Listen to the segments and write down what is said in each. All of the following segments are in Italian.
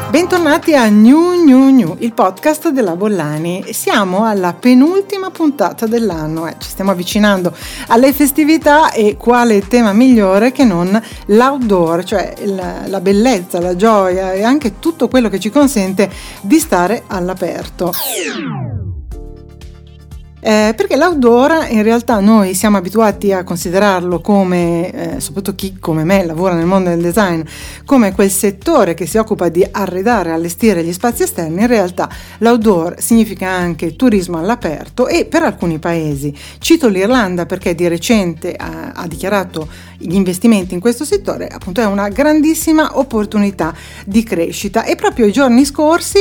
Bentornati a New, il podcast della Bollani. Siamo alla penultima puntata dell'anno, ci stiamo avvicinando alle festività e quale tema migliore che non l'outdoor, cioè la bellezza, la gioia e anche tutto quello che ci consente di stare all'aperto. Perché l'outdoor in realtà noi siamo abituati a considerarlo come, soprattutto chi come me lavora nel mondo del design, come quel settore che si occupa di arredare, allestire gli spazi esterni. In realtà l'outdoor significa anche turismo all'aperto e per alcuni paesi, cito l'Irlanda perché di recente ha dichiarato gli investimenti in questo settore, appunto è una grandissima opportunità di crescita e proprio i giorni scorsi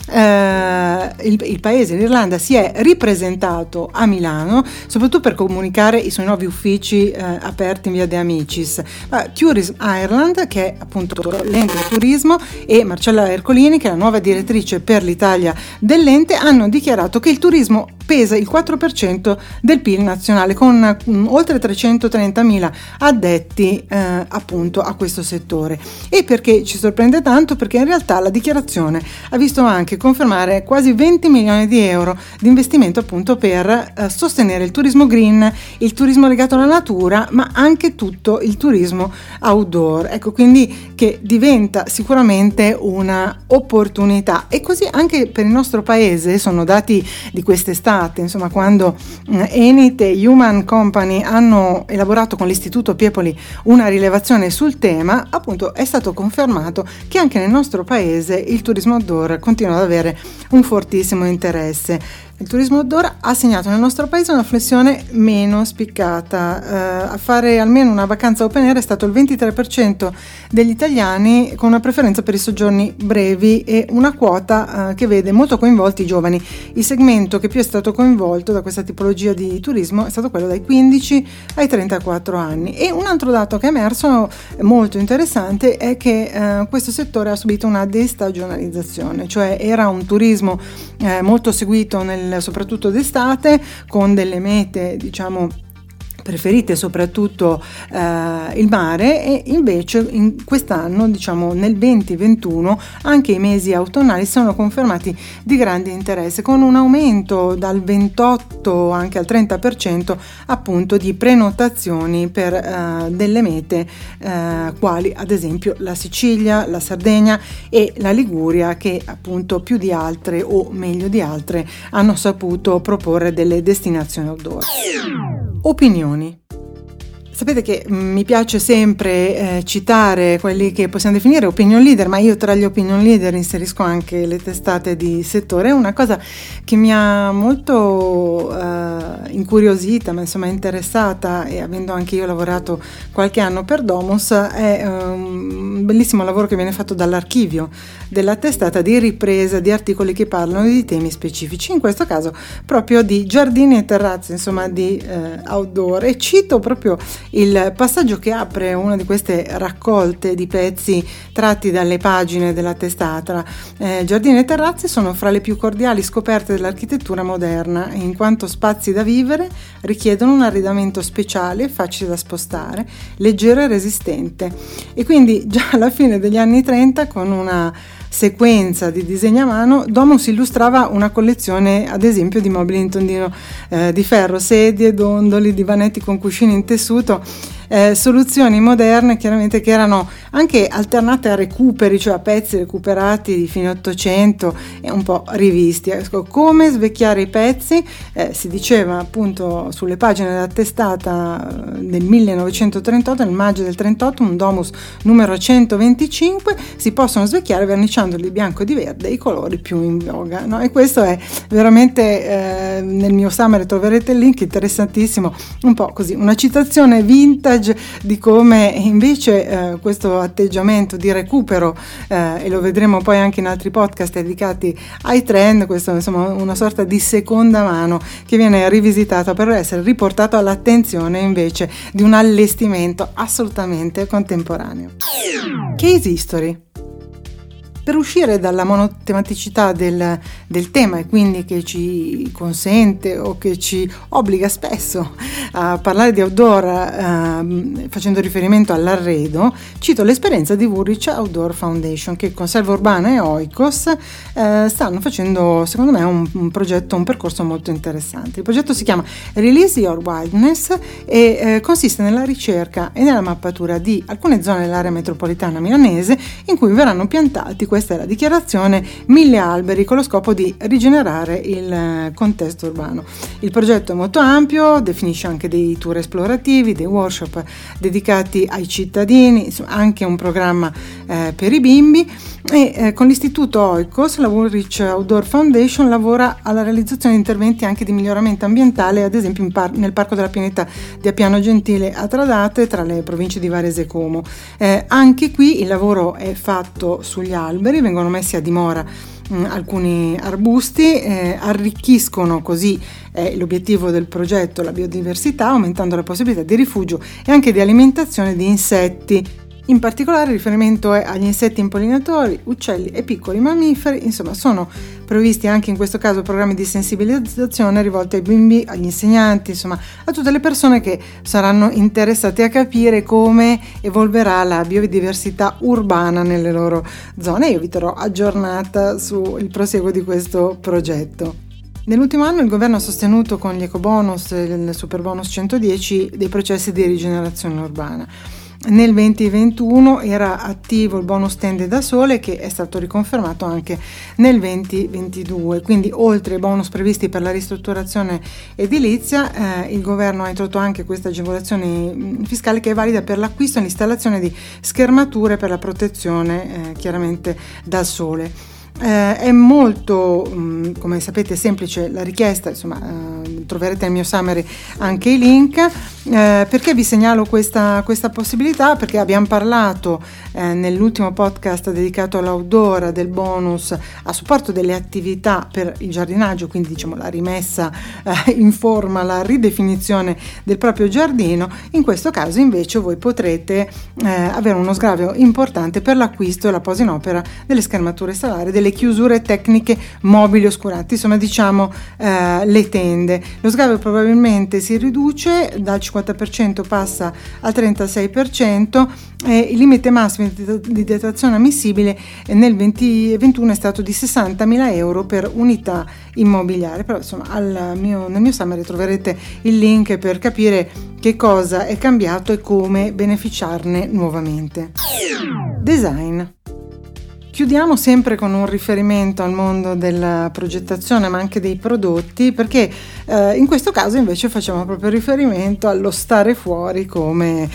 il paese, l'Irlanda, si è ripresentato a Milano soprattutto per comunicare i suoi nuovi uffici aperti in via De Amicis. Tourism Ireland, che è appunto l'ente del turismo, e Marcella Ercolini, che è la nuova direttrice per l'Italia dell'ente, hanno dichiarato che il turismo pesa il 4% del PIL nazionale, con oltre 330.000 addetti appunto a questo settore. E perché ci sorprende tanto? Perché in realtà la dichiarazione ha visto anche confermare quasi 20 milioni di euro di investimento appunto per sostenere il turismo green, il turismo legato alla natura, ma anche tutto il turismo outdoor. Ecco, quindi che diventa sicuramente una opportunità. E così anche per il nostro paese. Sono dati di quest'estate, insomma, quando Enit e Human Company hanno elaborato con l'Istituto Piepoli una rilevazione sul tema, appunto è stato confermato che anche nel nostro paese il turismo outdoor continua ad avere un fortissimo interesse. Il turismo outdoor ha segnato nel nostro paese una flessione meno spiccata. A fare almeno una vacanza open air è stato il 23% degli italiani, con una preferenza per i soggiorni brevi e una quota che vede molto coinvolti i giovani. Il segmento che più è stato coinvolto da questa tipologia di turismo è stato quello dai 15 ai 34 anni. E un altro dato che è emerso molto interessante è che questo settore ha subito una destagionalizzazione, cioè era un turismo molto seguito soprattutto d'estate, con delle mete diciamo preferite soprattutto il mare, e invece in quest'anno, diciamo nel 2021, anche i mesi autunnali sono confermati di grande interesse, con un aumento dal 28 anche al 30% appunto di prenotazioni per delle mete quali ad esempio la Sicilia, la Sardegna e la Liguria, che appunto più di altre, o meglio di altre, hanno saputo proporre delle destinazioni outdoor. Opinioni. Sapete che mi piace sempre citare quelli che possiamo definire opinion leader, ma io tra gli opinion leader inserisco anche le testate di settore. Una cosa che mi ha molto incuriosita, ma insomma interessata, e avendo anche io lavorato qualche anno per Domus, è un bellissimo lavoro che viene fatto dall'archivio della testata di ripresa di articoli che parlano di temi specifici, in questo caso proprio di giardini e terrazze, insomma di outdoor, e cito proprio il passaggio che apre una di queste raccolte di pezzi tratti dalle pagine della testata. Giardini e terrazze sono fra le più cordiali scoperte dell'architettura moderna, in quanto spazi da vivere richiedono un arredamento speciale, facile da spostare, leggero e resistente. E quindi già alla fine degli anni 30, con una sequenza di disegni a mano, Domus illustrava una collezione ad esempio di mobili in tondino di ferro, sedie, dondoli, divanetti con cuscini in tessuto, soluzioni moderne chiaramente che erano anche alternate a recuperi, cioè a pezzi recuperati di fine 800 e un po' rivisti. Come svecchiare i pezzi, si diceva appunto sulle pagine della testata del 1938, nel maggio del 38, un Domus numero 125, si possono svecchiare verniciandoli di bianco e di verde, i colori più in voga, no? E questo è veramente nel mio summary troverete il link, interessantissimo, un po' così, una citazione vintage di come invece questo atteggiamento di recupero, e lo vedremo poi anche in altri podcast dedicati ai trend, questo insomma una sorta di seconda mano che viene rivisitata per essere riportato all'attenzione invece di un allestimento assolutamente contemporaneo. Case history. per uscire dalla monotematicità del tema, e quindi che ci consente o che ci obbliga spesso a parlare di outdoor facendo riferimento all'arredo, cito l'esperienza di Woolwich Outdoor Foundation, che con Selva Urbana e Oikos stanno facendo, secondo me, un percorso molto interessante. Il progetto si chiama Release Your Wildness e consiste nella ricerca e nella mappatura di alcune zone dell'area metropolitana milanese in cui verranno piantati, questa è la dichiarazione, 1000 alberi con lo scopo di rigenerare il contesto urbano. Il progetto è molto ampio, definisce anche dei tour esplorativi, dei workshop dedicati ai cittadini, insomma, anche un programma per i bimbi, e con l'istituto Oikos la Woolwich Outdoor Foundation lavora alla realizzazione di interventi anche di miglioramento ambientale, ad esempio nel Parco della Pineta di Appiano Gentile a Tradate, tra le province di Varese e Como. Anche qui il lavoro è fatto sugli alberi, vengono messi a dimora alcuni arbusti, arricchiscono così l'obiettivo del progetto, la biodiversità, aumentando la possibilità di rifugio e anche di alimentazione di insetti. In particolare il riferimento è agli insetti impollinatori, uccelli e piccoli mammiferi. Insomma, sono previsti anche in questo caso programmi di sensibilizzazione rivolti ai bimbi, agli insegnanti, insomma a tutte le persone che saranno interessate a capire come evolverà la biodiversità urbana nelle loro zone. Io vi terrò aggiornata sul proseguo di questo progetto. Nell'ultimo anno il governo ha sostenuto con gli ecobonus e il superbonus 110 dei processi di rigenerazione urbana. Nel 2021 era attivo il bonus tende da sole, che è stato riconfermato anche nel 2022, quindi oltre ai bonus previsti per la ristrutturazione edilizia, il governo ha introdotto anche questa agevolazione fiscale che è valida per l'acquisto e l'installazione di schermature per la protezione chiaramente dal sole. È molto, come sapete, semplice la richiesta, insomma troverete nel mio summary anche i link. Perché vi segnalo questa possibilità? Perché abbiamo parlato nell'ultimo podcast dedicato all'outdoor del bonus a supporto delle attività per il giardinaggio, quindi diciamo la rimessa in forma, la ridefinizione del proprio giardino. In questo caso invece voi potrete avere uno sgravio importante per l'acquisto e la posa in opera delle schermature solari, delle chiusure tecniche mobili oscuranti, insomma diciamo le tende. Lo sgravio probabilmente si riduce dal 50%, passa al 36%, il limite massimo di detrazione ammissibile nel 2021 è stato di 60.000 euro per unità immobiliare, però insomma nel mio summary troverete il link per capire che cosa è cambiato e come beneficiarne nuovamente. Design. Chiudiamo sempre con un riferimento al mondo della progettazione ma anche dei prodotti, perché in questo caso invece facciamo proprio riferimento allo stare fuori come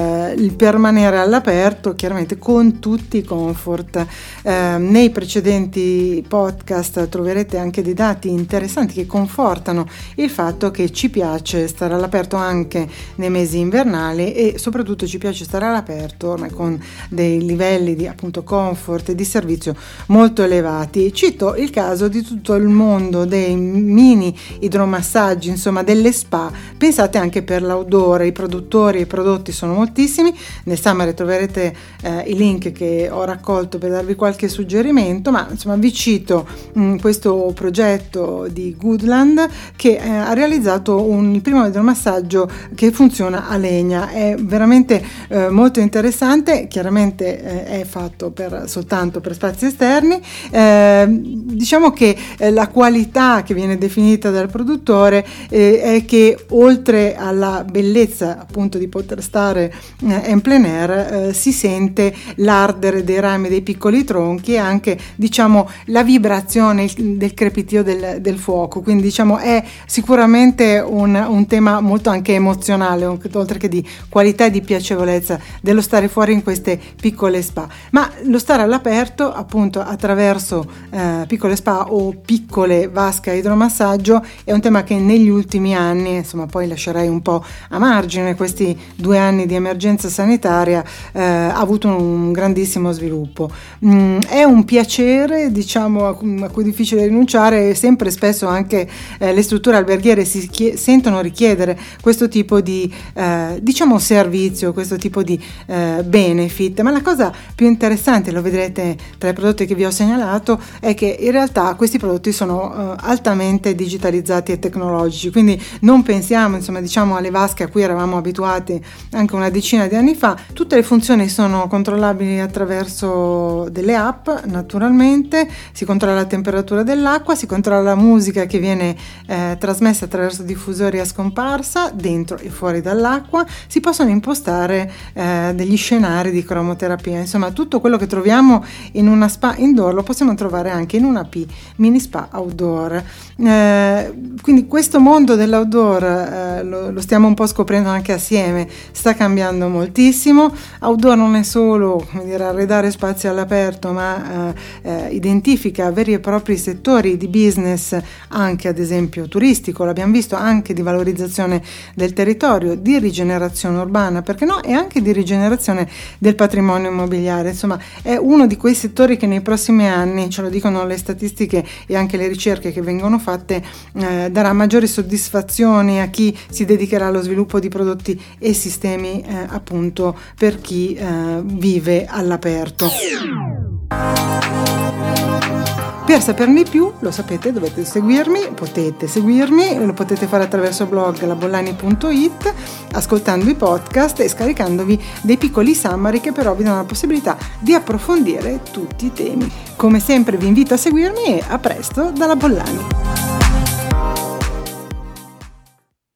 il permanere all'aperto, chiaramente con tutti i comfort. Nei precedenti podcast troverete anche dei dati interessanti che confortano il fatto che ci piace stare all'aperto anche nei mesi invernali e soprattutto ci piace stare all'aperto ormai con dei livelli di appunto comfort e di servizio molto elevati. Cito il caso di tutto il mondo dei mini idromassaggi, insomma delle spa, pensate anche per l'outdoor. I produttori e i prodotti sono moltissimi, nel summary troverete i link che ho raccolto per darvi qualche suggerimento, ma insomma vi cito questo progetto di Goodland che ha realizzato il primo idromassaggio che funziona a legna. È veramente molto interessante, chiaramente è fatto soltanto per spazi esterni. Diciamo che la qualità che viene definita dal produttore è che oltre alla bellezza appunto di poter stare in plein air si sente l'ardere dei rami dei piccoli tronchi e anche diciamo la vibrazione del crepitio del fuoco, quindi diciamo è sicuramente un tema molto anche emozionale, oltre che di qualità e di piacevolezza dello stare fuori in queste piccole spa. Ma lo stare all'aperto appunto attraverso piccole spa o piccole vasche a idromassaggio è un tema che negli ultimi anni, insomma poi lascerei un po' a margine questi 2 anni di emergenza sanitaria, ha avuto un grandissimo sviluppo. È un piacere diciamo a cui è difficile rinunciare e sempre spesso anche le strutture alberghiere sentono richiedere questo tipo di diciamo servizio, questo tipo di benefit, ma la cosa più interessante, lo vedrete bene tra i prodotti che vi ho segnalato è che in realtà questi prodotti sono altamente digitalizzati e tecnologici, quindi non pensiamo, diciamo alle vasche a cui eravamo abituati anche una decina di anni fa. Tutte le funzioni sono controllabili attraverso delle app, naturalmente, si controlla la temperatura dell'acqua, si controlla la musica che viene trasmessa attraverso diffusori a scomparsa dentro e fuori dall'acqua, si possono impostare degli scenari di cromoterapia, insomma tutto quello che troviamo in una spa indoor lo possiamo trovare anche in una mini spa outdoor. Quindi questo mondo dell'outdoor lo stiamo un po' scoprendo anche assieme, sta cambiando moltissimo. Outdoor non è solo, arredare spazi all'aperto, ma identifica veri e propri settori di business, anche ad esempio turistico, l'abbiamo visto, anche di valorizzazione del territorio, di rigenerazione urbana, perché no, e anche di rigenerazione del patrimonio immobiliare. Insomma, è uno di quei settori che nei prossimi anni, ce lo dicono le statistiche e anche le ricerche che vengono fatte, darà maggiori soddisfazioni a chi si dedicherà allo sviluppo di prodotti e sistemi appunto per chi vive all'aperto. Per saperne di più, lo sapete, potete seguirmi, lo potete fare attraverso il blog labollani.it, ascoltando i podcast e scaricandovi dei piccoli summary che però vi danno la possibilità di approfondire tutti i temi. Come sempre vi invito a seguirmi e a presto dalla Bollani.